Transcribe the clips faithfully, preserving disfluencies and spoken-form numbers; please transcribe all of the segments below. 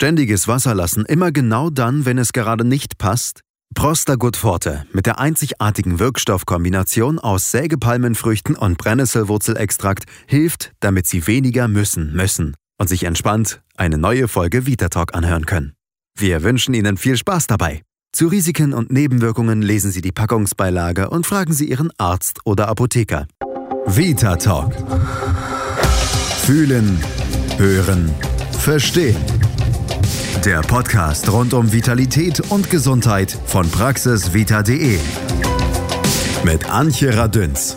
Ständiges Wasserlassen immer genau dann, wenn es gerade nicht passt? Prostagut Forte mit der einzigartigen Wirkstoffkombination aus Sägepalmenfrüchten und Brennnesselwurzelextrakt hilft, damit Sie weniger müssen müssen und sich entspannt eine neue Folge VitaTalk anhören können. Wir wünschen Ihnen viel Spaß dabei. Zu Risiken und Nebenwirkungen lesen Sie die Packungsbeilage und fragen Sie Ihren Arzt oder Apotheker. VitaTalk. Fühlen, hören, verstehen. Der Podcast rund um Vitalität und Gesundheit von praxisvita punkt de mit Antje Radünz.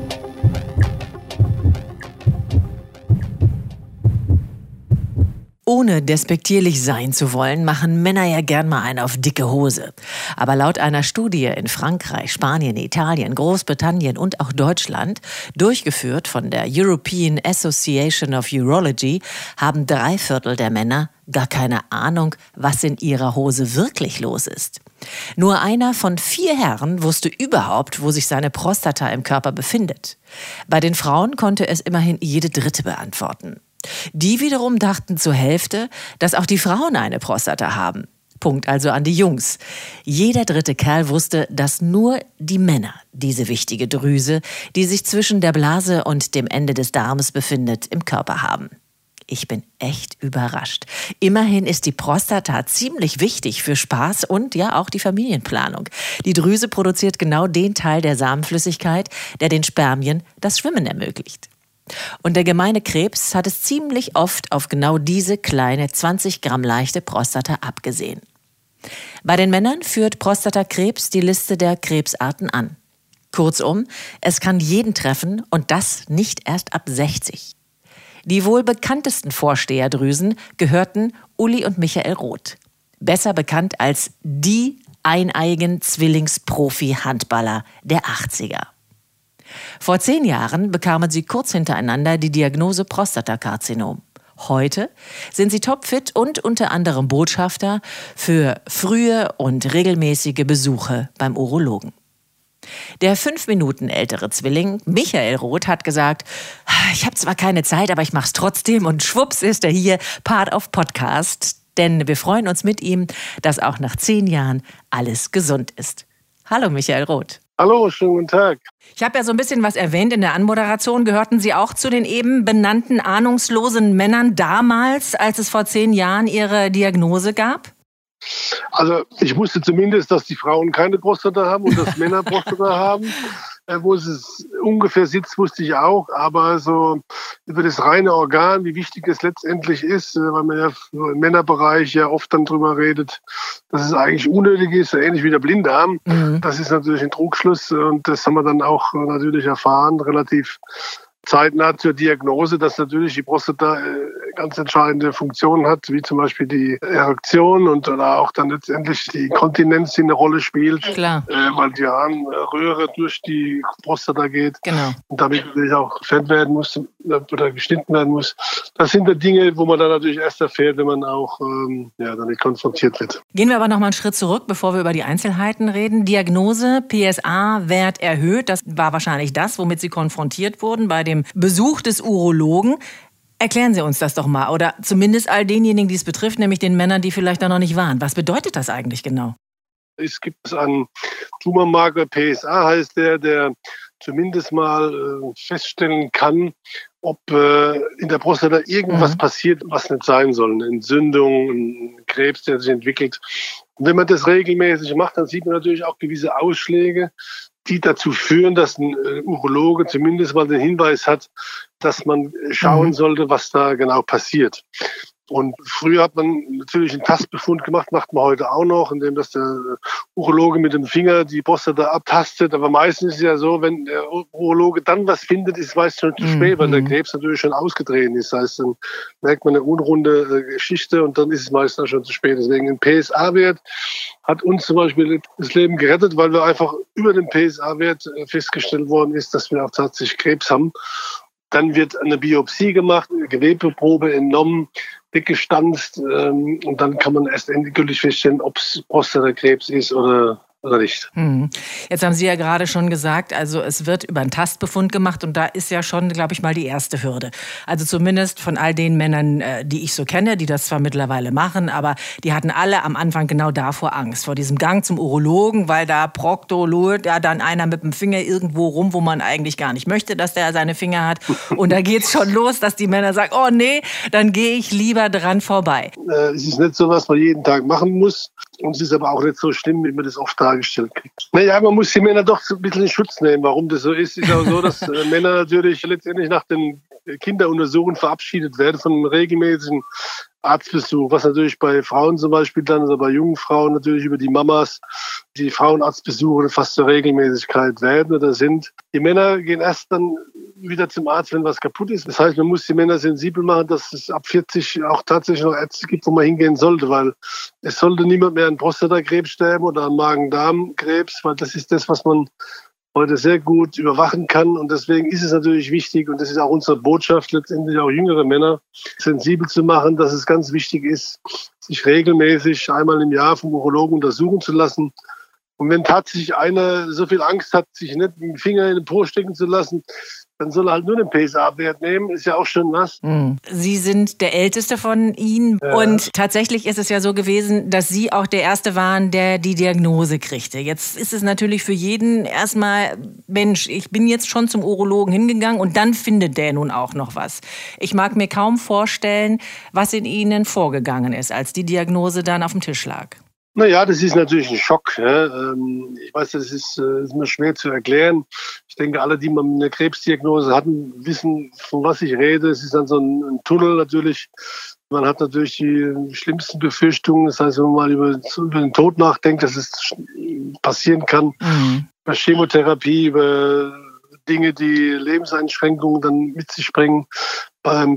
Ohne despektierlich sein zu wollen, machen Männer ja gern mal eine auf dicke Hose. Aber laut einer Studie in Frankreich, Spanien, Italien, Großbritannien und auch Deutschland, durchgeführt von der European Association of Urology, haben drei Viertel der Männer gar keine Ahnung, was in ihrer Hose wirklich los ist. Nur einer von vier Herren wusste überhaupt, wo sich seine Prostata im Körper befindet. Bei den Frauen konnte es immerhin jede Dritte beantworten. Die wiederum dachten zur Hälfte, dass auch die Frauen eine Prostata haben. Punkt also an die Jungs. Jeder dritte Kerl wusste, dass nur die Männer diese wichtige Drüse, die sich zwischen der Blase und dem Ende des Darmes befindet, im Körper haben. Ich bin echt überrascht. Immerhin ist die Prostata ziemlich wichtig für Spaß und ja auch die Familienplanung. Die Drüse produziert genau den Teil der Samenflüssigkeit, der den Spermien das Schwimmen ermöglicht. Und der gemeine Krebs hat es ziemlich oft auf genau diese kleine zwanzig Gramm leichte Prostata abgesehen. Bei den Männern führt Prostatakrebs die Liste der Krebsarten an. Kurzum, es kann jeden treffen und das nicht erst ab sechzig. Die wohl bekanntesten Vorsteherdrüsen gehörten Uli und Michael Roth. Besser bekannt als die eineigen Zwillings-Profi-Handballer der achtziger. Vor zehn Jahren bekamen sie kurz hintereinander die Diagnose Prostatakarzinom. Heute sind sie topfit und unter anderem Botschafter für frühe und regelmäßige Besuche beim Urologen. Der fünf Minuten ältere Zwilling, Michael Roth, hat gesagt, ich habe zwar keine Zeit, aber ich mach's trotzdem und schwupps ist er hier, Part of Podcast. Denn wir freuen uns mit ihm, dass auch nach zehn Jahren alles gesund ist. Hallo Michael Roth. Hallo, schönen guten Tag. Ich habe ja so ein bisschen was erwähnt in der Anmoderation. Gehörten Sie auch zu den eben benannten ahnungslosen Männern damals, als es vor zehn Jahren Ihre Diagnose gab? Also ich wusste zumindest, dass die Frauen keine Prostata haben und dass Männer Prostata haben. Wo es ungefähr sitzt, wusste ich auch. Aber so über das reine Organ, wie wichtig es letztendlich ist, weil man ja im Männerbereich ja oft dann drüber redet, dass es eigentlich unnötig ist, so ähnlich wie der Blinddarm. Mhm. Das ist natürlich ein Trugschluss und das haben wir dann auch natürlich erfahren, relativ zeitnah zur Diagnose, dass natürlich die Prostata ganz entscheidende Funktionen hat, wie zum Beispiel die Erektion und oder auch dann letztendlich die Kontinenz, die eine Rolle spielt, Klar. Äh, weil die Harnröhre durch die Prostata geht genau. Und damit natürlich auch gefärbt werden muss oder geschnitten werden muss. Das sind die Dinge, wo man dann natürlich erst erfährt, wenn man auch ähm, ja, damit konfrontiert wird. Gehen wir aber noch mal einen Schritt zurück, bevor wir über die Einzelheiten reden. Diagnose, P S A-Wert erhöht, das war wahrscheinlich das, womit Sie konfrontiert wurden bei dem Besuch des Urologen. Erklären Sie uns das doch mal, oder zumindest all denjenigen, die es betrifft, nämlich den Männern, die vielleicht da noch nicht waren. Was bedeutet das eigentlich genau? Es gibt einen Tumormarker, P S A heißt der, der zumindest mal äh, feststellen kann, ob äh, in der Prostata irgendwas mhm. passiert, was nicht sein soll. Eine Entzündung, ein Krebs, der sich entwickelt. Und wenn man das regelmäßig macht, dann sieht man natürlich auch gewisse Ausschläge, die dazu führen, dass ein äh, Urologe zumindest mal den Hinweis hat, dass man schauen mhm. sollte, was da genau passiert. Und früher hat man natürlich einen Tastbefund gemacht, macht man heute auch noch, indem dass der Urologe mit dem Finger die Prostata abtastet. Aber meistens ist es ja so, wenn der Urologe dann was findet, ist es meist schon zu spät, mhm. weil der Krebs natürlich schon ausgetreten ist. Das heißt, dann merkt man eine unrunde Geschichte und dann ist es meistens schon zu spät. Deswegen ein P S A-Wert hat uns zum Beispiel das Leben gerettet, weil wir einfach über den P S A-Wert festgestellt worden ist, dass wir auch tatsächlich Krebs haben. Dann wird eine Biopsie gemacht, eine Gewebeprobe entnommen, weggestanzt ähm, und dann kann man erst endgültig feststellen, ob es Prostatakrebs ist oder oder nicht. Hm. Jetzt haben Sie ja gerade schon gesagt, also es wird über einen Tastbefund gemacht und da ist ja schon, glaube ich mal, die erste Hürde. Also zumindest von all den Männern, die ich so kenne, die das zwar mittlerweile machen, aber die hatten alle am Anfang genau davor Angst, vor diesem Gang zum Urologen, weil da Proktolog, ja dann einer mit dem Finger irgendwo rum, wo man eigentlich gar nicht möchte, dass der seine Finger hat. Und da geht's schon los, dass die Männer sagen, oh nee, dann gehe ich lieber dran vorbei. Äh, es ist nicht so, was man jeden Tag machen muss. Und es ist aber auch nicht so schlimm, wie man das oft dargestellt kriegt. Naja, man muss die Männer doch ein bisschen in Schutz nehmen. Warum das so ist, ist auch so, dass äh, Männer natürlich letztendlich nach den Kinderuntersuchungen verabschiedet werden von einem regelmäßigen Arztbesuch, was natürlich bei Frauen zum Beispiel dann, also bei jungen Frauen natürlich über die Mamas, die Frauenarztbesuche fast zur Regelmäßigkeit werden oder sind. Die Männer gehen erst dann wieder zum Arzt, wenn was kaputt ist. Das heißt, man muss die Männer sensibel machen, dass es ab vierzig auch tatsächlich noch Ärzte gibt, wo man hingehen sollte, weil es sollte niemand mehr an Prostatakrebs sterben oder an Magen-Darm-Krebs, weil das ist das, was man heute sehr gut überwachen kann. Und deswegen ist es natürlich wichtig, und das ist auch unsere Botschaft, letztendlich auch jüngere Männer sensibel zu machen, dass es ganz wichtig ist, sich regelmäßig einmal im Jahr vom Urologen untersuchen zu lassen. Und wenn tatsächlich einer so viel Angst hat, sich nicht mit dem Finger in den Po stecken zu lassen, dann soll er halt nur den P S A-Wert nehmen, ist ja auch schon was. Sie sind der Älteste von Ihnen ja. Und tatsächlich ist es ja so gewesen, dass Sie auch der Erste waren, der die Diagnose kriegte. Jetzt ist es natürlich für jeden erstmal, Mensch, ich bin jetzt schon zum Urologen hingegangen und dann findet der nun auch noch was. Ich mag mir kaum vorstellen, was in Ihnen vorgegangen ist, als die Diagnose dann auf dem Tisch lag. Naja, das ist natürlich ein Schock. Ja. Ich weiß, das ist, das ist mir schwer zu erklären. Ich denke, alle, die mal eine Krebsdiagnose hatten, wissen, von was ich rede. Es ist dann so ein, ein Tunnel natürlich. Man hat natürlich die schlimmsten Befürchtungen. Das heißt, wenn man mal über, über den Tod nachdenkt, dass es passieren kann, mhm. über Chemotherapie, über Dinge, die Lebenseinschränkungen dann mit sich bringen. Beim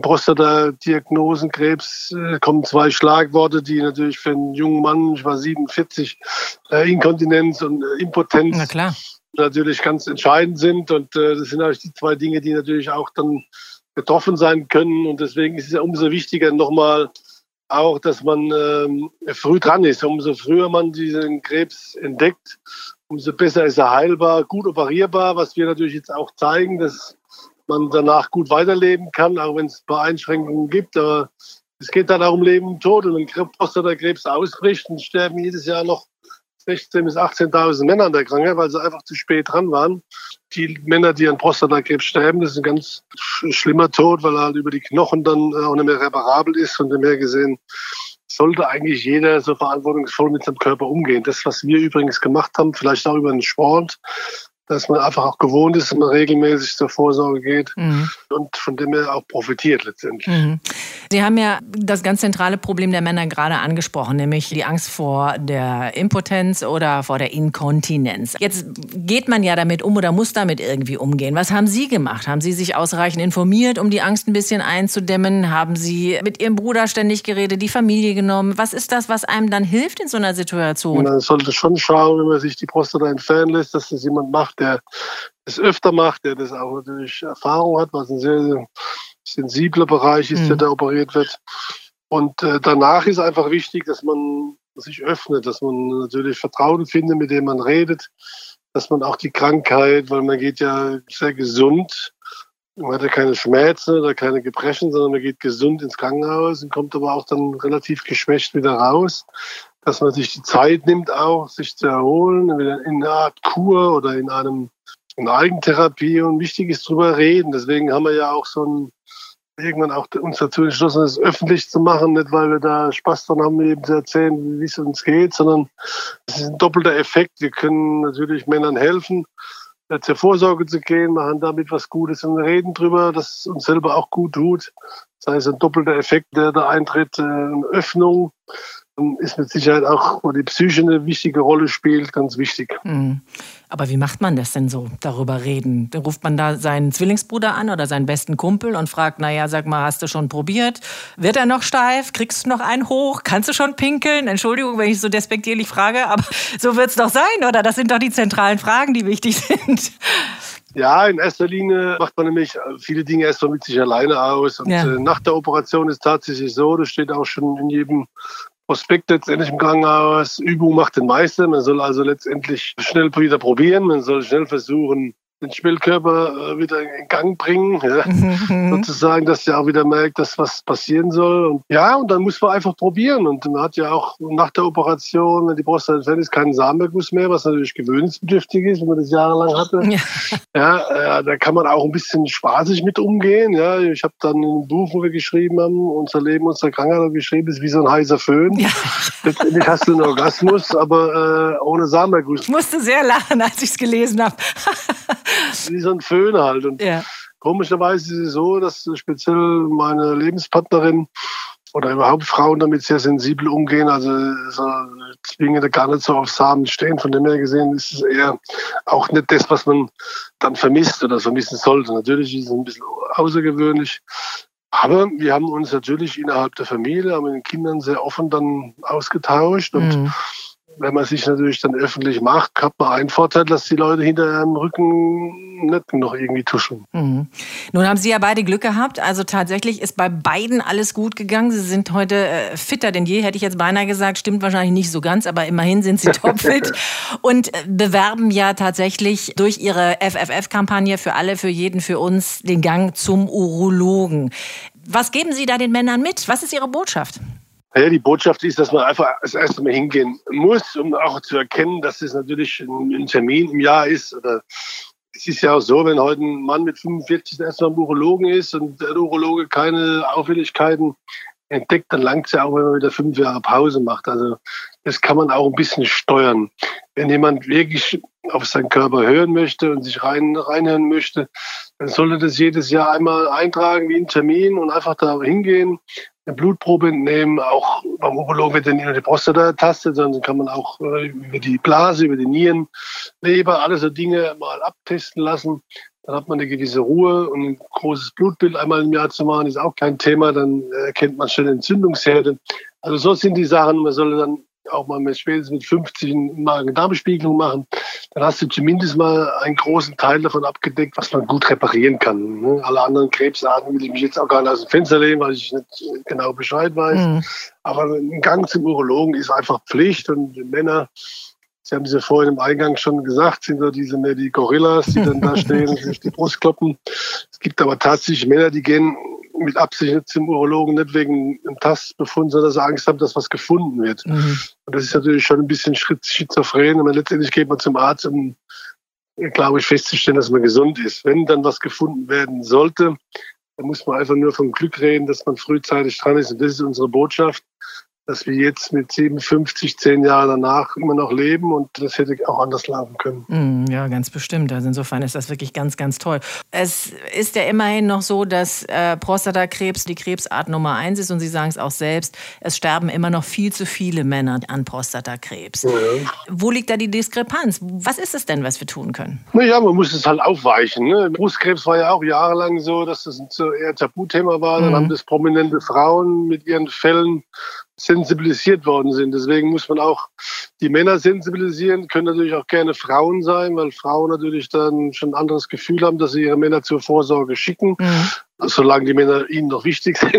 Prostata-Diagnosenkrebs äh, kommen zwei Schlagworte, die natürlich für einen jungen Mann, ich war siebenundvierzig, äh, Inkontinenz und äh, Impotenz Na klar. natürlich ganz entscheidend sind. Und äh, das sind natürlich die zwei Dinge, die natürlich auch dann betroffen sein können. Und deswegen ist es ja umso wichtiger nochmal auch, dass man ähm, früh dran ist. Umso früher man diesen Krebs entdeckt, umso besser ist er heilbar, gut operierbar, was wir natürlich jetzt auch zeigen, dass man danach gut weiterleben kann, auch wenn es ein paar Einschränkungen gibt. Aber es geht dann auch um Leben und Tod. Und wenn Prostatakrebs ausbricht, dann sterben jedes Jahr noch sechzehntausend bis achtzehntausend Männer an der Krankheit, weil sie einfach zu spät dran waren. Die Männer, die an Prostatakrebs sterben, das ist ein ganz schlimmer Tod, weil er halt über die Knochen dann auch nicht mehr reparabel ist. Von dem her gesehen sollte eigentlich jeder so verantwortungsvoll mit seinem Körper umgehen. Das, was wir übrigens gemacht haben, vielleicht auch über den Sport, dass man einfach auch gewohnt ist, dass man regelmäßig zur Vorsorge geht mhm. und von dem her auch profitiert letztendlich. Mhm. Sie haben ja das ganz zentrale Problem der Männer gerade angesprochen, nämlich die Angst vor der Impotenz oder vor der Inkontinenz. Jetzt geht man ja damit um oder muss damit irgendwie umgehen. Was haben Sie gemacht? Haben Sie sich ausreichend informiert, um die Angst ein bisschen einzudämmen? Haben Sie mit Ihrem Bruder ständig geredet, die Familie genommen? Was ist das, was einem dann hilft in so einer Situation? Man sollte schon schauen, wenn man sich die Prostata entfernen lässt, dass das jemand macht, der das öfter macht, der das auch natürlich Erfahrung hat, was ein sehr, sehr sensibler Bereich ist, mhm. der da operiert wird. Und äh, danach ist einfach wichtig, dass man sich öffnet, dass man natürlich Vertrauen findet, mit dem man redet, dass man auch die Krankheit, weil man geht ja sehr gesund, man hat ja keine Schmerzen oder keine Gebrechen, sondern man geht gesund ins Krankenhaus und kommt aber auch dann relativ geschwächt wieder raus. Dass man sich die Zeit nimmt, auch sich zu erholen, in einer Art Kur oder in einem in Eigentherapie. Und wichtig ist drüber reden. Deswegen haben wir ja auch so ein, irgendwann auch uns dazu entschlossen, das öffentlich zu machen, nicht weil wir da Spaß dran haben, eben zu erzählen, wie es uns geht, sondern es ist ein doppelter Effekt. Wir können natürlich Männern helfen, zur Vorsorge zu gehen, machen damit was Gutes und reden drüber, dass es uns selber auch gut tut. Das heißt, ein doppelter Effekt, der da eintritt, eine Öffnung, ist mit Sicherheit auch, wo die Psyche eine wichtige Rolle spielt, ganz wichtig. Aber wie macht man das denn so, darüber reden? Dann ruft man da seinen Zwillingsbruder an oder seinen besten Kumpel und fragt, naja, sag mal, hast du schon probiert? Wird er noch steif? Kriegst du noch einen hoch? Kannst du schon pinkeln? Entschuldigung, wenn ich so despektierlich frage, aber so wird es doch sein, oder? Das sind doch die zentralen Fragen, die wichtig sind. Ja, in erster Linie macht man nämlich viele Dinge erstmal mit sich alleine aus. Und ja. nach der Operation ist tatsächlich so, das steht auch schon in jedem Prospekt letztendlich im Krankenhaus. Übung macht den Meister. Man soll also letztendlich schnell wieder probieren. Man soll schnell versuchen, den Schwellkörper wieder in Gang bringen, ja. mhm. sozusagen, dass der auch wieder merkt, dass was passieren soll. Und ja, und dann muss man einfach probieren. Und man hat ja auch nach der Operation, wenn die Prostata entfernt ist, keinen Samenerguss mehr, was natürlich gewöhnungsbedürftig ist, wenn man das jahrelang hatte. Ja, ja äh, da kann man auch ein bisschen spaßig mit umgehen. Ja, ich habe dann ein Buch, wo wir geschrieben haben, unser Leben, unsere Krankheit geschrieben, ist wie so ein heißer Föhn. Ja. Letztendlich hast du einen Orgasmus, aber äh, ohne Samenerguss. Ich musste sehr lachen, als ich es gelesen habe. Wie so ein Föhn halt. Und ja. komischerweise ist es so, dass speziell meine Lebenspartnerin oder überhaupt Frauen damit sehr sensibel umgehen. Also so zwingende gar nicht so auf Samen stehen. Von dem her gesehen ist es eher auch nicht das, was man dann vermisst oder vermissen sollte. Natürlich ist es ein bisschen außergewöhnlich. Aber wir haben uns natürlich innerhalb der Familie, haben mit den Kindern sehr offen dann ausgetauscht. Und mhm. wenn man sich natürlich dann öffentlich macht, hat man einen Vorteil, dass die Leute hinter einem Rücken nicht noch irgendwie tuschen. Mhm. Nun haben Sie ja beide Glück gehabt. Also tatsächlich ist bei beiden alles gut gegangen. Sie sind heute äh, fitter denn je, hätte ich jetzt beinahe gesagt. Stimmt wahrscheinlich nicht so ganz, aber immerhin sind Sie topfit. Und äh, bewerben ja tatsächlich durch Ihre F F F-Kampagne für alle, für jeden, für uns den Gang zum Urologen. Was geben Sie da den Männern mit? Was ist Ihre Botschaft? Ja, die Botschaft ist, dass man einfach das erste Mal hingehen muss, um auch zu erkennen, dass es natürlich ein Termin im Jahr ist. Oder es ist ja auch so, wenn heute ein Mann mit fünfundvierzig erstmal beim Urologen ist und der Urologe keine Auffälligkeiten entdeckt, dann langt es ja auch, wenn man wieder fünf Jahre Pause macht. Also das kann man auch ein bisschen steuern. Wenn jemand wirklich auf seinen Körper hören möchte und sich rein, reinhören möchte, dann sollte das jedes Jahr einmal eintragen wie ein Termin und einfach da hingehen, eine Blutprobe entnehmen. Auch beim Urologen wird ja nicht nur die Prostata ertastet, sondern kann man auch äh, über die Blase, über die Nieren, Leber, alle so Dinge mal abtesten lassen. Dann hat man eine gewisse Ruhe und ein großes Blutbild einmal im Jahr zu machen, ist auch kein Thema. Dann erkennt man schon Entzündungsherde. Also so sind die Sachen. Man soll dann auch mal mit spätestens mit fünfzig eine Magen-Darm-Spiegelung machen. Dann hast du zumindest mal einen großen Teil davon abgedeckt, was man gut reparieren kann. Alle anderen Krebsarten will ich mich jetzt auch gar nicht aus dem Fenster lehnen, weil ich nicht genau Bescheid weiß. Mhm. Aber ein Gang zum Urologen ist einfach Pflicht. Und die Männer, Sie haben es ja vorhin im Eingang schon gesagt, sind so diese mehr die Gorillas, die dann da stehen und sich die Brust kloppen. Es gibt aber tatsächlich Männer, die gehen mit Absicht nicht zum Urologen, nicht wegen einem Tastbefund, sondern dass sie Angst haben, dass was gefunden wird. Mhm. Und das ist natürlich schon ein bisschen schizophren. Aber letztendlich geht man zum Arzt, um, glaube ich, festzustellen, dass man gesund ist. Wenn dann was gefunden werden sollte, dann muss man einfach nur vom Glück reden, dass man frühzeitig dran ist. Und das ist unsere Botschaft, dass wir jetzt mit siebenundfünfzig, zehn Jahre danach immer noch leben und das hätte auch anders laufen können. Ja, ganz bestimmt. Also insofern ist das wirklich ganz, ganz toll. Es ist ja immerhin noch so, dass äh, Prostatakrebs die Krebsart Nummer eins ist und Sie sagen es auch selbst, es sterben immer noch viel zu viele Männer an Prostatakrebs. Ja. Wo liegt da die Diskrepanz? Was ist es denn, was wir tun können? Naja, man muss es halt aufweichen. Ne? Brustkrebs war ja auch jahrelang so, dass das so eher Tabuthema war. Dann mhm. haben das prominente Frauen mit ihren Fällen sensibilisiert worden sind. Deswegen muss man auch die Männer sensibilisieren, können natürlich auch gerne Frauen sein, weil Frauen natürlich dann schon ein anderes Gefühl haben, dass sie ihre Männer zur Vorsorge schicken. Mhm. Solange die Männer ihnen noch wichtig sind,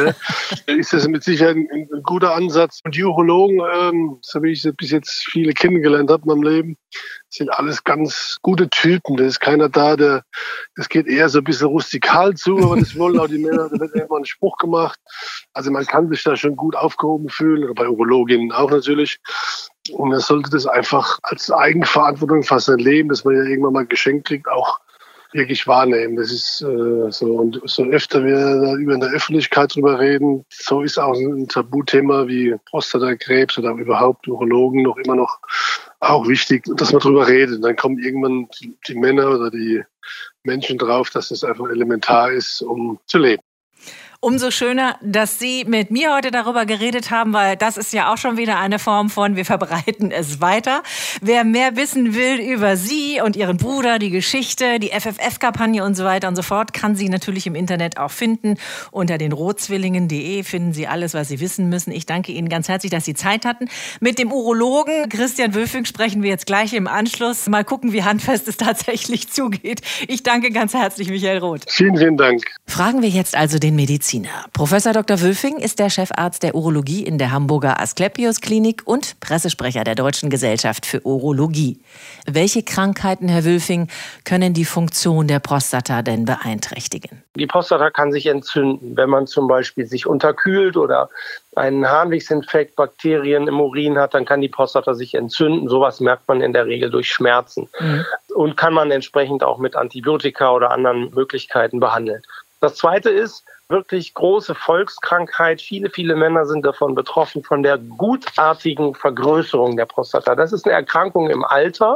ist das mit Sicherheit ein, ein guter Ansatz. Und die Urologen, ähm, so wie ich bis jetzt viele kennengelernt habe in meinem Leben, sind alles ganz gute Typen. Da ist keiner da, der, das geht eher so ein bisschen rustikal zu, aber das wollen auch die Männer, da wird immer ein Spruch gemacht. Also man kann sich da schon gut aufgehoben fühlen, oder bei Urologinnen auch natürlich. Und man sollte das einfach als Eigenverantwortung fast sein Leben, das man ja irgendwann mal geschenkt kriegt, auch wirklich wahrnehmen. Das ist äh, so, und so öfter wir da über in der Öffentlichkeit drüber reden, so ist auch ein Tabuthema wie Prostatakrebs oder überhaupt Urologen noch immer noch auch wichtig, dass man drüber redet. Und dann kommen irgendwann die Männer oder die Menschen drauf, dass das einfach elementar ist, um zu leben. Umso schöner, dass Sie mit mir heute darüber geredet haben, weil das ist ja auch schon wieder eine Form von, wir verbreiten es weiter. Wer mehr wissen will über Sie und Ihren Bruder, die Geschichte, die F F F-Kampagne und so weiter und so fort, kann Sie natürlich im Internet auch finden. Unter den rotzwillingen punkt de finden Sie alles, was Sie wissen müssen. Ich danke Ihnen ganz herzlich, dass Sie Zeit hatten. Mit dem Urologen Christian Wülfing sprechen wir jetzt gleich im Anschluss. Mal gucken, wie handfest es tatsächlich zugeht. Ich danke ganz herzlich, Michael Roth. Vielen, vielen Dank. Fragen wir jetzt also den Mediziner Mediziner. Professor Doktor Wülfing ist der Chefarzt der Urologie in der Hamburger Asklepios-Klinik und Pressesprecher der Deutschen Gesellschaft für Urologie. Welche Krankheiten, Herr Wülfing, können die Funktion der Prostata denn beeinträchtigen? Die Prostata kann sich entzünden, wenn man zum Beispiel sich unterkühlt oder einen Harnwegsinfekt, Bakterien im Urin hat, dann kann die Prostata sich entzünden. Sowas merkt man in der Regel durch Schmerzen. Mhm. Und kann man entsprechend auch mit Antibiotika oder anderen Möglichkeiten behandeln. Das Zweite ist wirklich große Volkskrankheit. Viele, viele Männer sind davon betroffen, von der gutartigen Vergrößerung der Prostata. Das ist eine Erkrankung im Alter,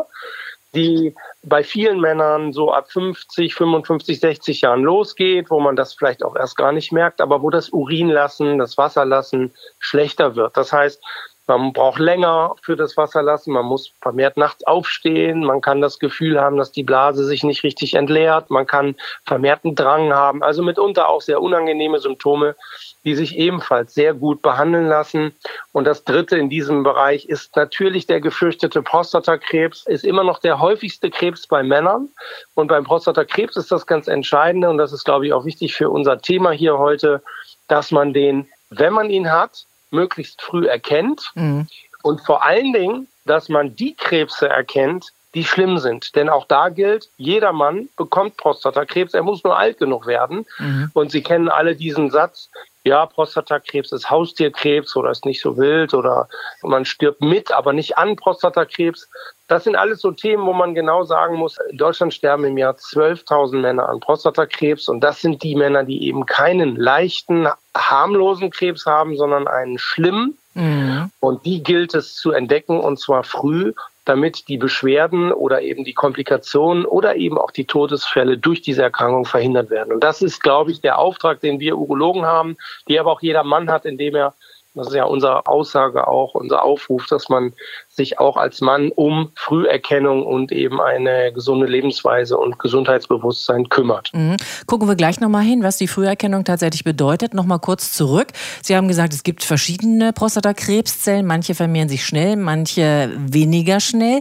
die bei vielen Männern so ab fünfzig, fünfundfünfzig, sechzig Jahren losgeht, wo man das vielleicht auch erst gar nicht merkt, aber wo das Urinlassen, das Wasserlassen schlechter wird. Das heißt, man braucht länger für das Wasserlassen, man muss vermehrt nachts aufstehen, man kann das Gefühl haben, dass die Blase sich nicht richtig entleert, man kann vermehrten Drang haben, also mitunter auch sehr unangenehme Symptome, die sich ebenfalls sehr gut behandeln lassen. Und das Dritte in diesem Bereich ist natürlich der gefürchtete Prostatakrebs, ist immer noch der häufigste Krebs bei Männern. Und beim Prostatakrebs ist das ganz Entscheidende, und das ist, glaube ich, auch wichtig für unser Thema hier heute, dass man den, wenn man ihn hat, möglichst früh erkennt mhm. und vor allen Dingen, dass man die Krebse erkennt, die schlimm sind. Denn auch da gilt, jeder Mann bekommt Prostatakrebs, er muss nur alt genug werden. Mhm. Und Sie kennen alle diesen Satz, ja, Prostatakrebs ist Haustierkrebs oder ist nicht so wild oder man stirbt mit, aber nicht an Prostatakrebs. Das sind alles so Themen, wo man genau sagen muss, in Deutschland sterben im Jahr zwölftausend Männer an Prostatakrebs und das sind die Männer, die eben keinen leichten, harmlosen Krebs haben, sondern einen schlimmen. Mhm. Und die gilt es zu entdecken und zwar früh, damit die Beschwerden oder eben die Komplikationen oder eben auch die Todesfälle durch diese Erkrankung verhindert werden. Und das ist, glaube ich, der Auftrag, den wir Urologen haben, die aber auch jeder Mann hat, indem er, das ist ja unsere Aussage auch, unser Aufruf, dass man sich auch als Mann um Früherkennung und eben eine gesunde Lebensweise und Gesundheitsbewusstsein kümmert. Mhm. Gucken wir gleich nochmal hin, was die Früherkennung tatsächlich bedeutet. Nochmal kurz zurück. Sie haben gesagt, es gibt verschiedene Prostatakrebszellen. Manche vermehren sich schnell, manche weniger schnell.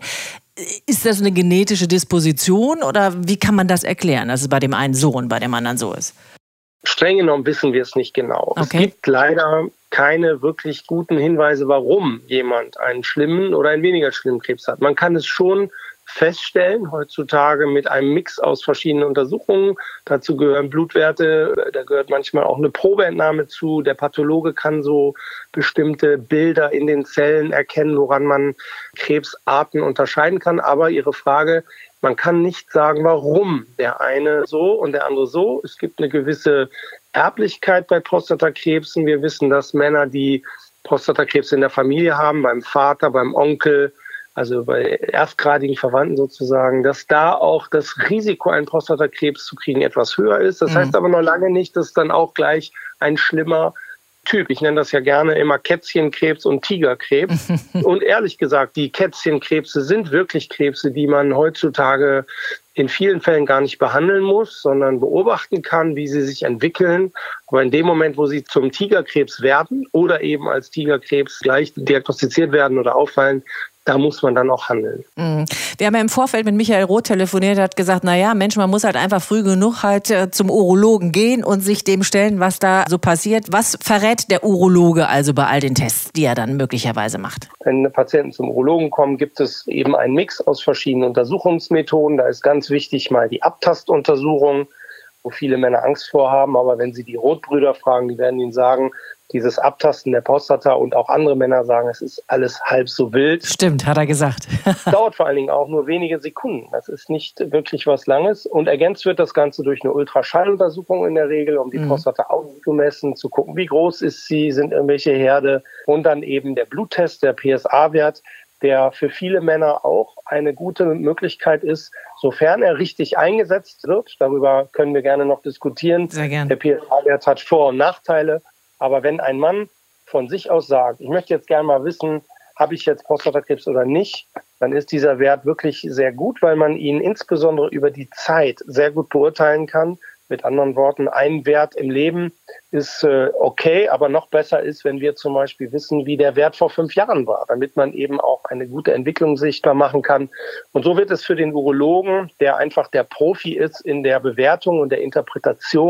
Ist das eine genetische Disposition oder wie kann man das erklären, dass es bei dem einen so und bei dem anderen so ist? Streng genommen wissen wir es nicht genau. Okay. Es gibt leider keine wirklich guten Hinweise, warum jemand einen schlimmen oder einen weniger schlimmen Krebs hat. Man kann es schon feststellen, heutzutage mit einem Mix aus verschiedenen Untersuchungen. Dazu gehören Blutwerte, da gehört manchmal auch eine Probeentnahme zu. Der Pathologe kann so bestimmte Bilder in den Zellen erkennen, woran man Krebsarten unterscheiden kann. Aber Ihre Frage, man kann nicht sagen, warum der eine so und der andere so. Es gibt eine gewisse Erblichkeit bei Prostatakrebsen. Wir wissen, dass Männer, die Prostatakrebs in der Familie haben, beim Vater, beim Onkel, also bei erstgradigen Verwandten sozusagen, dass da auch das Risiko, einen Prostatakrebs zu kriegen, etwas höher ist. Das mhm. heißt aber noch lange nicht, dass dann auch gleich ein schlimmer Typ, ich nenne das ja gerne immer Kätzchenkrebs und Tigerkrebs. Und ehrlich gesagt, die Kätzchenkrebse sind wirklich Krebse, die man heutzutage in vielen Fällen gar nicht behandeln muss, sondern beobachten kann, wie sie sich entwickeln. Aber in dem Moment, wo sie zum Tigerkrebs werden oder eben als Tigerkrebs gleich diagnostiziert werden oder auffallen, da muss man dann auch handeln. Wir haben ja im Vorfeld mit Michael Roth telefoniert, hat gesagt, naja, Mensch, man muss halt einfach früh genug halt zum Urologen gehen und sich dem stellen, was da so passiert. Was verrät der Urologe also bei all den Tests, die er dann möglicherweise macht? Wenn Patienten zum Urologen kommen, gibt es eben einen Mix aus verschiedenen Untersuchungsmethoden. Da ist ganz wichtig mal die Abtastuntersuchung, wo viele Männer Angst vor haben. Aber wenn Sie die Roth-Brüder fragen, die werden Ihnen sagen, dieses Abtasten der Prostata und auch andere Männer sagen, es ist alles halb so wild. Stimmt, hat er gesagt. Dauert vor allen Dingen auch nur wenige Sekunden. Das ist nicht wirklich was Langes. Und ergänzt wird das Ganze durch eine Ultraschalluntersuchung in der Regel, um die mhm. Prostata auszumessen, zu gucken, wie groß ist sie, sind irgendwelche Herde. Und dann eben der Bluttest, der P S A-Wert, der für viele Männer auch eine gute Möglichkeit ist, sofern er richtig eingesetzt wird. Darüber können wir gerne noch diskutieren. Sehr gern. Der P S A-Wert hat Vor- und Nachteile. Aber wenn ein Mann von sich aus sagt, ich möchte jetzt gerne mal wissen, habe ich jetzt Prostatakrebs oder nicht, dann ist dieser Wert wirklich sehr gut, weil man ihn insbesondere über die Zeit sehr gut beurteilen kann. Mit anderen Worten, ein Wert im Leben ist äh, okay, aber noch besser ist, wenn wir zum Beispiel wissen, wie der Wert vor fünf Jahren war, damit man eben auch eine gute Entwicklung sichtbar machen kann. Und so wird es für den Urologen, der einfach der Profi ist in der Bewertung und der Interpretation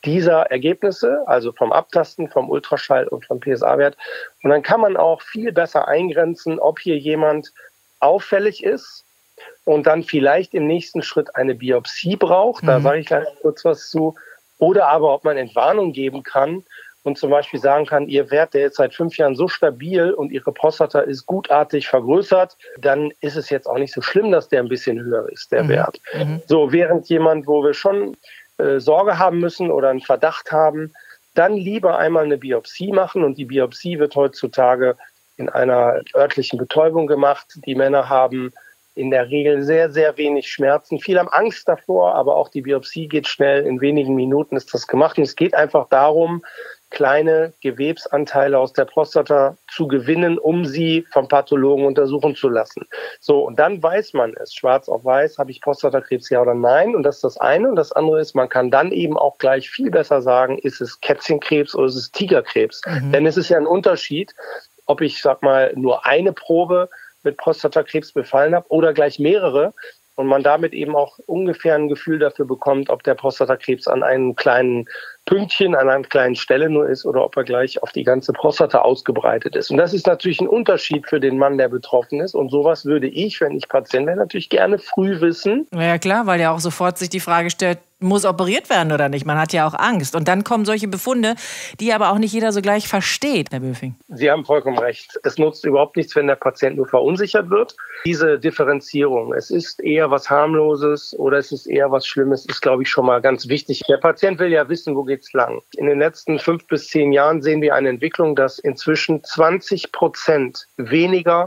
dieser Ergebnisse, also vom Abtasten, vom Ultraschall und vom P S A-Wert. Und dann kann man auch viel besser eingrenzen, ob hier jemand auffällig ist und dann vielleicht im nächsten Schritt eine Biopsie braucht. Da mhm. sage ich gleich kurz was zu. Oder aber, ob man Entwarnung geben kann und zum Beispiel sagen kann, Ihr Wert, der ist seit fünf Jahren so stabil und Ihre Prostata ist gutartig vergrößert, dann ist es jetzt auch nicht so schlimm, dass der ein bisschen höher ist, der mhm. Wert. Mhm. So, während jemand, wo wir schon äh, Sorge haben müssen oder einen Verdacht haben, dann lieber einmal eine Biopsie machen. Und die Biopsie wird heutzutage in einer örtlichen Betäubung gemacht. Die Männer haben in der Regel sehr, sehr wenig Schmerzen. Viele haben Angst davor, aber auch die Biopsie geht schnell. In wenigen Minuten ist das gemacht. Und es geht einfach darum, kleine Gewebsanteile aus der Prostata zu gewinnen, um sie vom Pathologen untersuchen zu lassen. So, und dann weiß man es, schwarz auf weiß, habe ich Prostatakrebs, ja oder nein? Und das ist das eine. Und das andere ist, man kann dann eben auch gleich viel besser sagen, ist es Kätzchenkrebs oder ist es Tigerkrebs? Mhm. Denn es ist ja ein Unterschied, ob ich, sag mal, nur eine Probe mit Prostatakrebs befallen habe oder gleich mehrere und man damit eben auch ungefähr ein Gefühl dafür bekommt, ob der Prostatakrebs an einem kleinen Pünktchen, an einer kleinen Stelle nur ist oder ob er gleich auf die ganze Prostata ausgebreitet ist. Und das ist natürlich ein Unterschied für den Mann, der betroffen ist. Und sowas würde ich, wenn ich Patient wäre, natürlich gerne früh wissen. Ja klar, weil ja auch sofort sich die Frage stellt, muss operiert werden oder nicht? Man hat ja auch Angst. Und dann kommen solche Befunde, die aber auch nicht jeder so gleich versteht, Herr Böfing. Sie haben vollkommen recht. Es nutzt überhaupt nichts, wenn der Patient nur verunsichert wird. Diese Differenzierung, es ist eher was Harmloses oder es ist eher was Schlimmes, ist, glaube ich, schon mal ganz wichtig. Der Patient will ja wissen, wo geht's lang. In den letzten fünf bis zehn Jahren sehen wir eine Entwicklung, dass inzwischen zwanzig Prozent weniger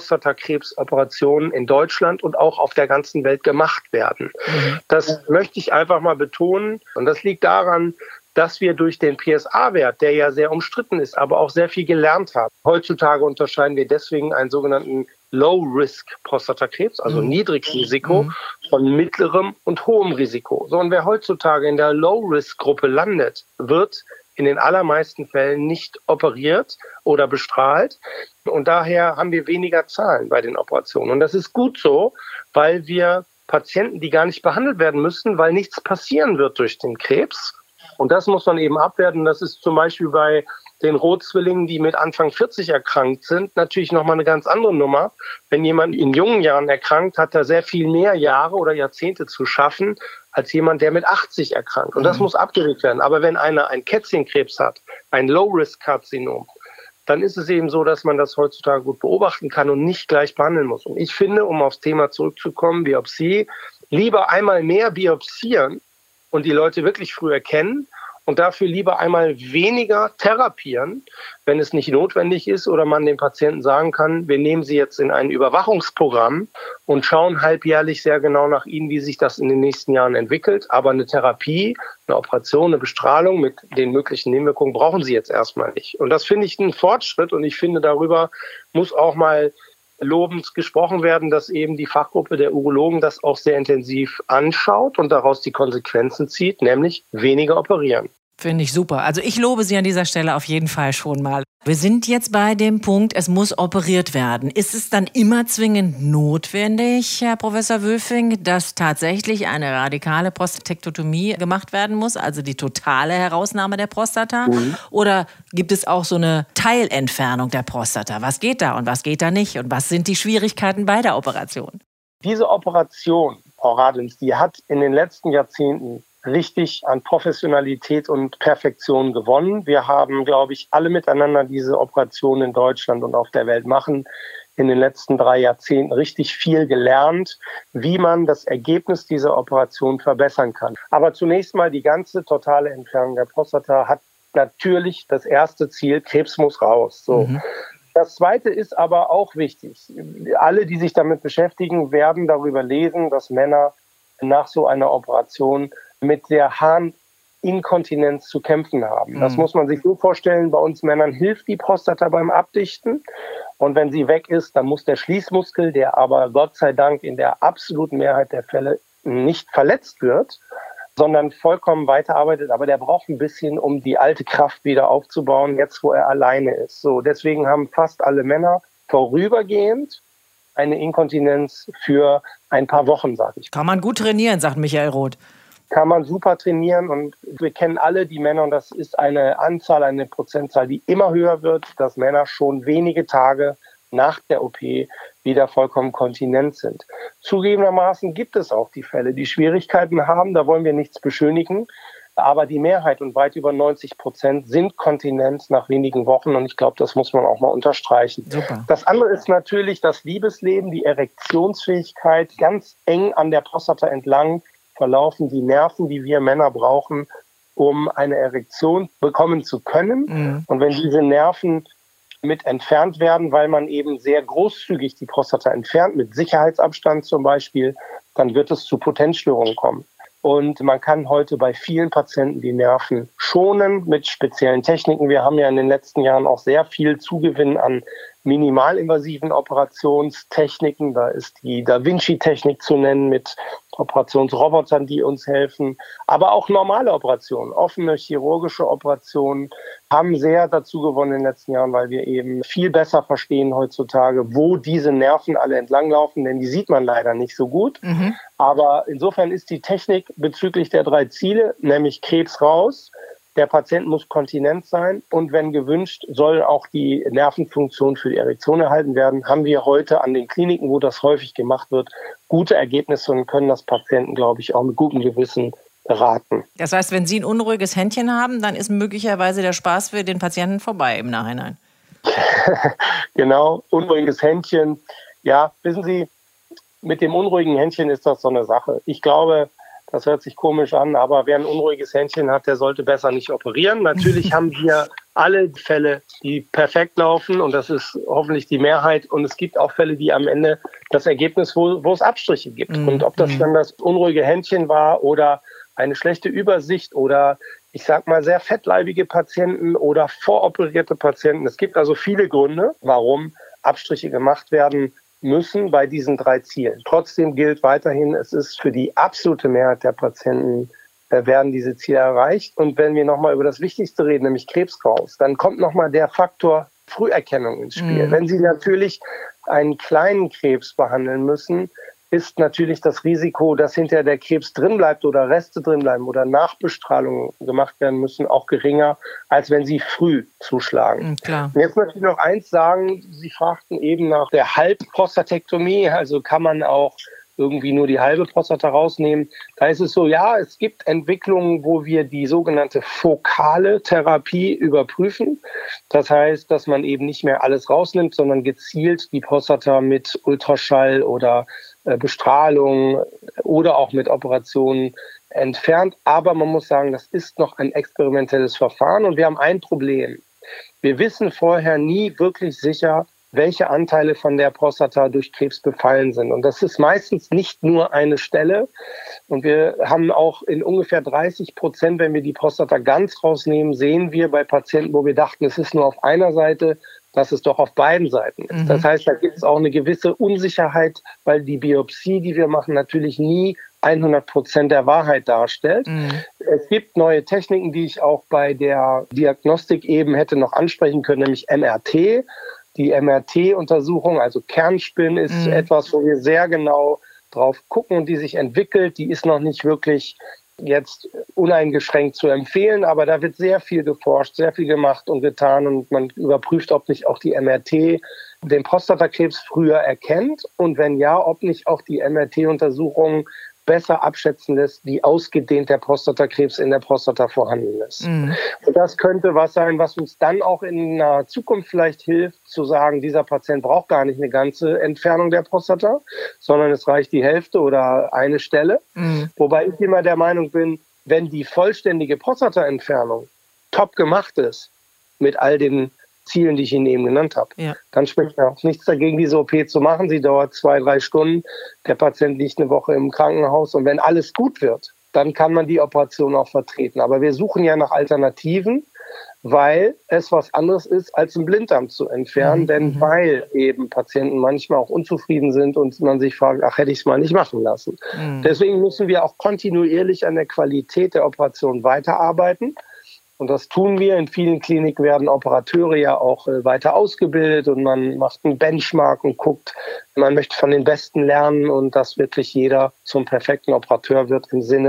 Prostatakrebsoperationen in Deutschland und auch auf der ganzen Welt gemacht werden. Mhm. Das möchte ich einfach mal betonen. Und das liegt daran, dass wir durch den P S A-Wert, der ja sehr umstritten ist, aber auch sehr viel gelernt haben. Heutzutage unterscheiden wir deswegen einen sogenannten Low-Risk-Prostatakrebs, also mhm. Niedrigrisiko, mhm. von mittlerem und hohem Risiko. So, und wer heutzutage in der Low-Risk-Gruppe landet, wird in den allermeisten Fällen nicht operiert oder bestrahlt. Und daher haben wir weniger Zahlen bei den Operationen. Und das ist gut so, weil wir Patienten, die gar nicht behandelt werden müssen, weil nichts passieren wird durch den Krebs. Und das muss man eben abwerten. Das ist zum Beispiel bei den Rotzwillingen, die mit Anfang vierzig erkrankt sind, natürlich nochmal eine ganz andere Nummer. Wenn jemand in jungen Jahren erkrankt, hat er sehr viel mehr Jahre oder Jahrzehnte zu schaffen, als jemand, der mit achtzig erkrankt. Und das mhm. muss abgedeckt werden. Aber wenn einer einen Kätzchenkrebs hat, ein Low-Risk-Karzinom, dann ist es eben so, dass man das heutzutage gut beobachten kann und nicht gleich behandeln muss. Und ich finde, um aufs Thema zurückzukommen, Biopsie, lieber einmal mehr biopsieren und die Leute wirklich früh erkennen und dafür lieber einmal weniger therapieren, wenn es nicht notwendig ist oder man dem Patienten sagen kann, wir nehmen Sie jetzt in ein Überwachungsprogramm und schauen halbjährlich sehr genau nach Ihnen, wie sich das in den nächsten Jahren entwickelt. Aber eine Therapie, eine Operation, eine Bestrahlung mit den möglichen Nebenwirkungen brauchen Sie jetzt erstmal nicht. Und das finde ich einen Fortschritt und ich finde, darüber muss auch mal lobend gesprochen werden, dass eben die Fachgruppe der Urologen das auch sehr intensiv anschaut und daraus die Konsequenzen zieht, nämlich weniger operieren. Finde ich super. Also ich lobe Sie an dieser Stelle auf jeden Fall schon mal. Wir sind jetzt bei dem Punkt, es muss operiert werden. Ist es dann immer zwingend notwendig, Herr Professor Wülfing, dass tatsächlich eine radikale Prostatektomie gemacht werden muss, also die totale Herausnahme der Prostata? Mhm. Oder gibt es auch so eine Teilentfernung der Prostata? Was geht da und was geht da nicht? Und was sind die Schwierigkeiten bei der Operation? Diese Operation, Frau Radens, die hat in den letzten Jahrzehnten richtig an Professionalität und Perfektion gewonnen. Wir haben, glaube ich, alle miteinander diese Operation in Deutschland und auf der Welt machen in den letzten drei Jahrzehnten richtig viel gelernt, wie man das Ergebnis dieser Operation verbessern kann. Aber zunächst mal die ganze totale Entfernung der Prostata hat natürlich das erste Ziel, Krebs muss raus. So. Mhm. Das Zweite ist aber auch wichtig. Alle, die sich damit beschäftigen, werden darüber lesen, dass Männer nach so einer Operation mit der Harninkontinenz zu kämpfen haben. Mhm. Das muss man sich so vorstellen, bei uns Männern hilft die Prostata beim Abdichten. Und wenn sie weg ist, dann muss der Schließmuskel, der aber Gott sei Dank in der absoluten Mehrheit der Fälle nicht verletzt wird, sondern vollkommen weiterarbeitet. Aber der braucht ein bisschen, um die alte Kraft wieder aufzubauen, jetzt wo er alleine ist. So, deswegen haben fast alle Männer vorübergehend eine Inkontinenz für ein paar Wochen, sage ich. Kann man gut trainieren, sagt Michael Roth. kann man super trainieren und wir kennen alle die Männer und das ist eine Anzahl, eine Prozentzahl, die immer höher wird, dass Männer schon wenige Tage nach der O P wieder vollkommen kontinent sind. Zugegebenermaßen gibt es auch die Fälle, die Schwierigkeiten haben, da wollen wir nichts beschönigen, aber die Mehrheit und weit über neunzig Prozent sind kontinent nach wenigen Wochen und ich glaube, das muss man auch mal unterstreichen. Super. Das andere ist natürlich das Liebesleben, die Erektionsfähigkeit, ganz eng an der Prostata entlang verlaufen die Nerven, die wir Männer brauchen, um eine Erektion bekommen zu können. Mhm. Und wenn diese Nerven mit entfernt werden, weil man eben sehr großzügig die Prostata entfernt, mit Sicherheitsabstand zum Beispiel, dann wird es zu Potenzstörungen kommen. Und man kann heute bei vielen Patienten die Nerven schonen mit speziellen Techniken. Wir haben ja in den letzten Jahren auch sehr viel Zugewinn an minimalinvasiven Operationstechniken. Da ist die Da Vinci-Technik zu nennen mit Operationsrobotern, die uns helfen. Aber auch normale Operationen, offene chirurgische Operationen haben sehr dazu gewonnen in den letzten Jahren, weil wir eben viel besser verstehen heutzutage, wo diese Nerven alle entlanglaufen, denn die sieht man leider nicht so gut. Mhm. Aber insofern ist die Technik bezüglich der drei Ziele, nämlich Krebs raus, der Patient muss kontinent sein und wenn gewünscht, soll auch die Nervenfunktion für die Erektion erhalten werden, haben wir heute an den Kliniken, wo das häufig gemacht wird, gute Ergebnisse und können das Patienten, glaube ich, auch mit gutem Gewissen beraten. Das heißt, wenn Sie ein unruhiges Händchen haben, dann ist möglicherweise der Spaß für den Patienten vorbei im Nachhinein. Genau, unruhiges Händchen. Ja, wissen Sie, mit dem unruhigen Händchen ist das so eine Sache. Ich glaube, das hört sich komisch an, aber wer ein unruhiges Händchen hat, der sollte besser nicht operieren. Natürlich haben wir alle Fälle, die perfekt laufen und das ist hoffentlich die Mehrheit. Und es gibt auch Fälle, die am Ende das Ergebnis, wo, wo es Abstriche gibt. Mm, und ob das mm. dann das unruhige Händchen war oder eine schlechte Übersicht oder ich sag mal sehr fettleibige Patienten oder voroperierte Patienten. Es gibt also viele Gründe, warum Abstriche gemacht werden müssen bei diesen drei Zielen. Trotzdem gilt weiterhin, es ist für die absolute Mehrheit der Patienten äh, werden diese Ziele erreicht. Und wenn wir nochmal über das Wichtigste reden, nämlich Krebs raus, dann kommt nochmal der Faktor Früherkennung ins Spiel. Mhm. Wenn Sie natürlich einen kleinen Krebs behandeln müssen, ist natürlich das Risiko, dass hinterher der Krebs drin bleibt oder Reste drin bleiben oder Nachbestrahlungen gemacht werden müssen, auch geringer, als wenn Sie früh zuschlagen. Klar. Und jetzt möchte ich noch eins sagen. Sie fragten eben nach der Halbprostatektomie. Also kann man auch irgendwie nur die halbe Prostata rausnehmen. Da ist es so, ja, es gibt Entwicklungen, wo wir die sogenannte fokale Therapie überprüfen. Das heißt, dass man eben nicht mehr alles rausnimmt, sondern gezielt die Prostata mit Ultraschall oder äh, Bestrahlung oder auch mit Operationen entfernt. Aber man muss sagen, das ist noch ein experimentelles Verfahren und wir haben ein Problem. Wir wissen vorher nie wirklich sicher, welche Anteile von der Prostata durch Krebs befallen sind. Und das ist meistens nicht nur eine Stelle. Und wir haben auch in ungefähr dreißig Prozent, wenn wir die Prostata ganz rausnehmen, sehen wir bei Patienten, wo wir dachten, es ist nur auf einer Seite, dass es doch auf beiden Seiten ist. Mhm. Das heißt, da gibt es auch eine gewisse Unsicherheit, weil die Biopsie, die wir machen, natürlich nie hundert Prozent der Wahrheit darstellt. Mhm. Es gibt neue Techniken, die ich auch bei der Diagnostik eben hätte noch ansprechen können, nämlich M R T. Die M R T-Untersuchung, also Kernspin, ist mhm. etwas, wo wir sehr genau drauf gucken, die sich entwickelt. Die ist noch nicht wirklich jetzt uneingeschränkt zu empfehlen, aber da wird sehr viel geforscht, sehr viel gemacht und getan und man überprüft, ob nicht auch die M R T den Prostatakrebs früher erkennt und wenn ja, ob nicht auch die M R T-Untersuchung besser abschätzen lässt, wie ausgedehnt der Prostatakrebs in der Prostata vorhanden ist. Mhm. Und das könnte was sein, was uns dann auch in der Zukunft vielleicht hilft, zu sagen, dieser Patient braucht gar nicht eine ganze Entfernung der Prostata, sondern es reicht die Hälfte oder eine Stelle. Mhm. Wobei ich immer der Meinung bin, wenn die vollständige Prostataentfernung top gemacht ist, mit all den Zielen, die ich Ihnen eben genannt habe, ja. dann spricht ja auch nichts dagegen, diese O P zu machen. Sie dauert zwei, drei Stunden. Der Patient liegt eine Woche im Krankenhaus. Und wenn alles gut wird, dann kann man die Operation auch vertreten. Aber wir suchen ja nach Alternativen, weil es was anderes ist, als einen Blinddarm zu entfernen. Mhm. Denn weil eben Patienten manchmal auch unzufrieden sind und man sich fragt, ach, hätte ich es mal nicht machen lassen. Mhm. Deswegen müssen wir auch kontinuierlich an der Qualität der Operation weiterarbeiten. Und das tun wir. In vielen Kliniken werden Operateure ja auch äh, weiter ausgebildet und man macht einen Benchmark und guckt, man möchte von den Besten lernen und dass wirklich jeder zum perfekten Operateur wird im Sinne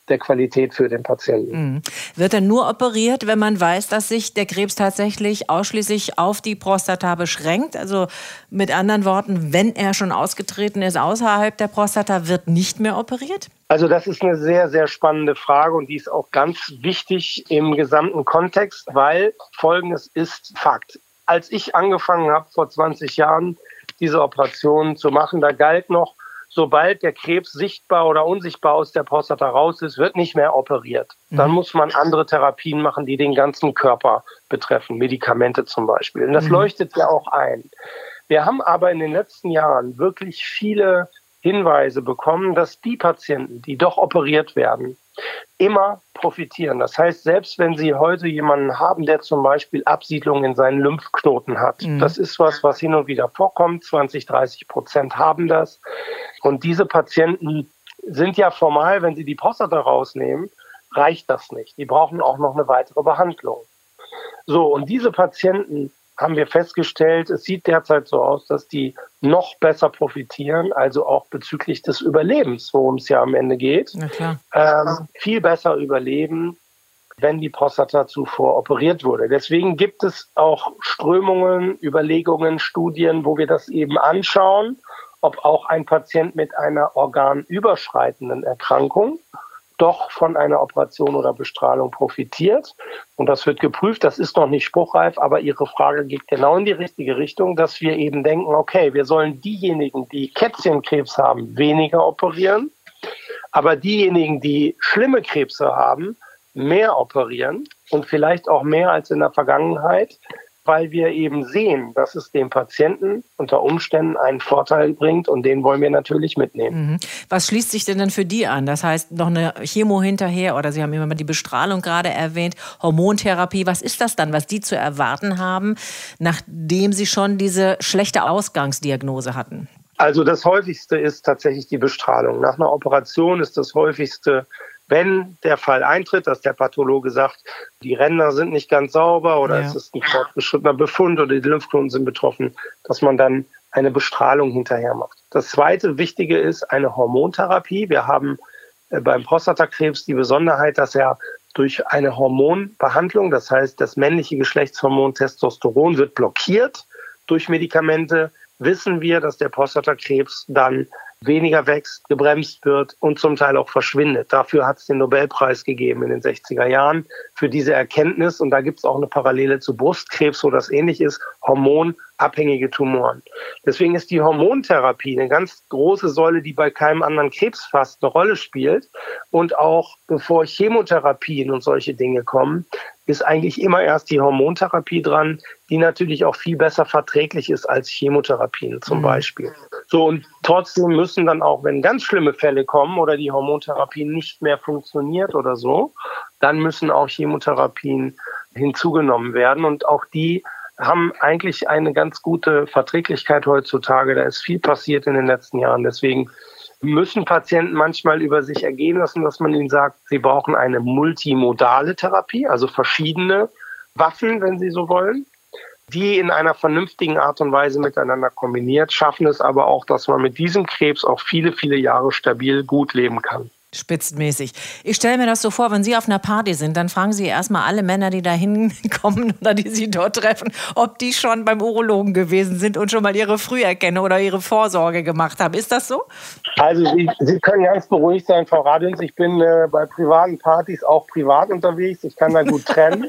der Qualität für den Patienten. Mhm. Wird er nur operiert, wenn man weiß, dass sich der Krebs tatsächlich ausschließlich auf die Prostata beschränkt? Also mit anderen Worten, wenn er schon ausgetreten ist außerhalb der Prostata, wird nicht mehr operiert? Also das ist eine sehr, sehr spannende Frage und die ist auch ganz wichtig im gesamten Kontext, weil Folgendes ist Fakt. Als ich angefangen habe, vor zwanzig Jahren diese Operation zu machen, da galt noch, sobald der Krebs sichtbar oder unsichtbar aus der Prostata raus ist, wird nicht mehr operiert. Dann muss man andere Therapien machen, die den ganzen Körper betreffen, Medikamente zum Beispiel. Und das mhm. leuchtet ja auch ein. Wir haben aber in den letzten Jahren wirklich viele Hinweise bekommen, dass die Patienten, die doch operiert werden, immer profitieren. Das heißt, selbst wenn Sie heute jemanden haben, der zum Beispiel Absiedlung in seinen Lymphknoten hat, mhm. das ist was, was hin und wieder vorkommt, zwanzig, dreißig Prozent haben das. Und diese Patienten sind ja formal, wenn Sie die Prostata rausnehmen, reicht das nicht. Die brauchen auch noch eine weitere Behandlung. So, und diese Patienten haben wir festgestellt, es sieht derzeit so aus, dass die noch besser profitieren, also auch bezüglich des Überlebens, worum es ja am Ende geht, Na klar. Ähm, viel besser überleben, wenn die Prostata zuvor operiert wurde. Deswegen gibt es auch Strömungen, Überlegungen, Studien, wo wir das eben anschauen, ob auch ein Patient mit einer organüberschreitenden Erkrankung doch von einer Operation oder Bestrahlung profitiert. Und das wird geprüft. Das ist noch nicht spruchreif, aber Ihre Frage geht genau in die richtige Richtung, dass wir eben denken, okay, wir sollen diejenigen, die Kätzchenkrebs haben, weniger operieren, aber diejenigen, die schlimme Krebse haben, mehr operieren und vielleicht auch mehr als in der Vergangenheit, weil wir eben sehen, dass es dem Patienten unter Umständen einen Vorteil bringt und den wollen wir natürlich mitnehmen. Mhm. Was schließt sich denn dann für die an? Das heißt, noch eine Chemo hinterher oder Sie haben immer mal die Bestrahlung gerade erwähnt, Hormontherapie. Was ist das dann, was die zu erwarten haben, nachdem sie schon diese schlechte Ausgangsdiagnose hatten? Also das häufigste ist tatsächlich die Bestrahlung. Nach einer Operation ist das häufigste, wenn der Fall eintritt, dass der Pathologe sagt, die Ränder sind nicht ganz sauber oder ja. es ist ein fortgeschrittener Befund oder die Lymphknoten sind betroffen, dass man dann eine Bestrahlung hinterher macht. Das zweite Wichtige ist eine Hormontherapie. Wir haben beim Prostatakrebs die Besonderheit, dass er durch eine Hormonbehandlung, das heißt, das männliche Geschlechtshormon Testosteron wird blockiert durch Medikamente, wissen wir, dass der Prostatakrebs dann weniger wächst, gebremst wird und zum Teil auch verschwindet. Dafür hat es den Nobelpreis gegeben in den sechziger Jahren für diese Erkenntnis. Und da gibt es auch eine Parallele zu Brustkrebs, wo das ähnlich ist, hormonabhängige Tumoren. Deswegen ist die Hormontherapie eine ganz große Säule, die bei keinem anderen Krebs fast eine Rolle spielt. Und auch bevor Chemotherapien und solche Dinge kommen, ist eigentlich immer erst die Hormontherapie dran, die natürlich auch viel besser verträglich ist als Chemotherapien zum mhm. Beispiel. So, und trotzdem müssen dann auch, wenn ganz schlimme Fälle kommen oder die Hormontherapie nicht mehr funktioniert oder so, dann müssen auch Chemotherapien hinzugenommen werden. Und auch die haben eigentlich eine ganz gute Verträglichkeit heutzutage. Da ist viel passiert in den letzten Jahren. Deswegen müssen Patienten manchmal über sich ergehen lassen, dass man ihnen sagt, sie brauchen eine multimodale Therapie, also verschiedene Waffen, wenn sie so wollen, die in einer vernünftigen Art und Weise miteinander kombiniert, schaffen es aber auch, dass man mit diesem Krebs auch viele, viele Jahre stabil gut leben kann. Spitzenmäßig. Ich stelle mir das so vor, wenn Sie auf einer Party sind, dann fragen Sie erstmal alle Männer, die da hinkommen oder die Sie dort treffen, ob die schon beim Urologen gewesen sind und schon mal ihre Früherkennung oder ihre Vorsorge gemacht haben. Ist das so? Also Sie, Sie können ganz beruhigt sein, Frau Radins. Ich bin äh, bei privaten Partys auch privat unterwegs. Ich kann da gut trennen.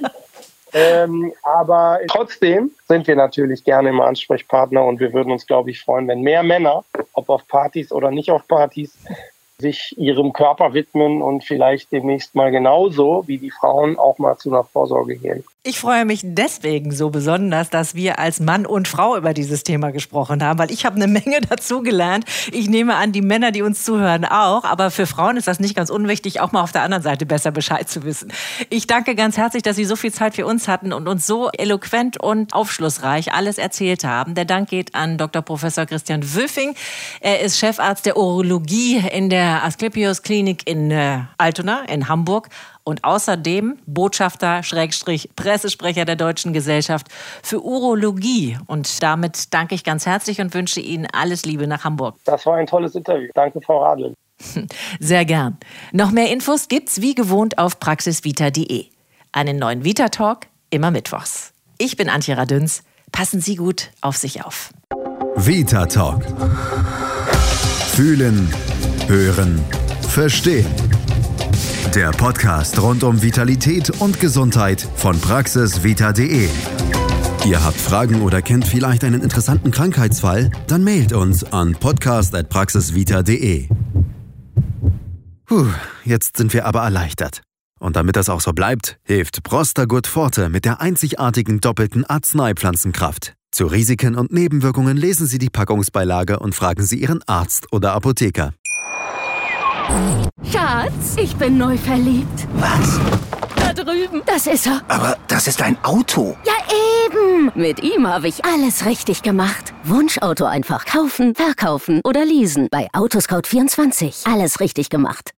ähm, aber trotzdem sind wir natürlich gerne immer Ansprechpartner und wir würden uns, glaube ich, freuen, wenn mehr Männer, ob auf Partys oder nicht auf Partys, sich ihrem Körper widmen und vielleicht demnächst mal genauso wie die Frauen auch mal zu einer Vorsorge gehen. Ich freue mich deswegen so besonders, dass wir als Mann und Frau über dieses Thema gesprochen haben, weil ich habe eine Menge dazu gelernt. Ich nehme an, die Männer, die uns zuhören, auch. Aber für Frauen ist das nicht ganz unwichtig, auch mal auf der anderen Seite besser Bescheid zu wissen. Ich danke ganz herzlich, dass Sie so viel Zeit für uns hatten und uns so eloquent und aufschlussreich alles erzählt haben. Der Dank geht an Doktor Professor Christian Wülfing. Er ist Chefarzt der Urologie in der Asklepios Klinik in äh, Altona in Hamburg. Und außerdem Botschafter, Schrägstrich, Pressesprecher der Deutschen Gesellschaft für Urologie. Und damit danke ich ganz herzlich und wünsche Ihnen alles Liebe nach Hamburg. Das war ein tolles Interview. Danke, Frau Radl. Sehr gern. Noch mehr Infos gibt's wie gewohnt auf praxisvita punkt de. Einen neuen Vita-Talk, immer mittwochs. Ich bin Antje Radüns. Passen Sie gut auf sich auf. Vita Talk. Fühlen, hören, verstehen. Der Podcast rund um Vitalität und Gesundheit von praxisvita punkt de. Ihr habt Fragen oder kennt vielleicht einen interessanten Krankheitsfall? Dann mailt uns an podcast at praxisvita punkt de. Puh, jetzt sind wir aber erleichtert. Und damit das auch so bleibt, hilft Prostagut Forte mit der einzigartigen doppelten Arzneipflanzenkraft. Zu Risiken und Nebenwirkungen lesen Sie die Packungsbeilage und fragen Sie Ihren Arzt oder Apotheker. Schatz, ich bin neu verliebt. Was? Da drüben. Das ist er. Aber das ist ein Auto. Ja, eben. Mit ihm habe ich alles richtig gemacht. Wunschauto einfach kaufen, verkaufen oder leasen. Bei Autoscout vierundzwanzig. Alles richtig gemacht.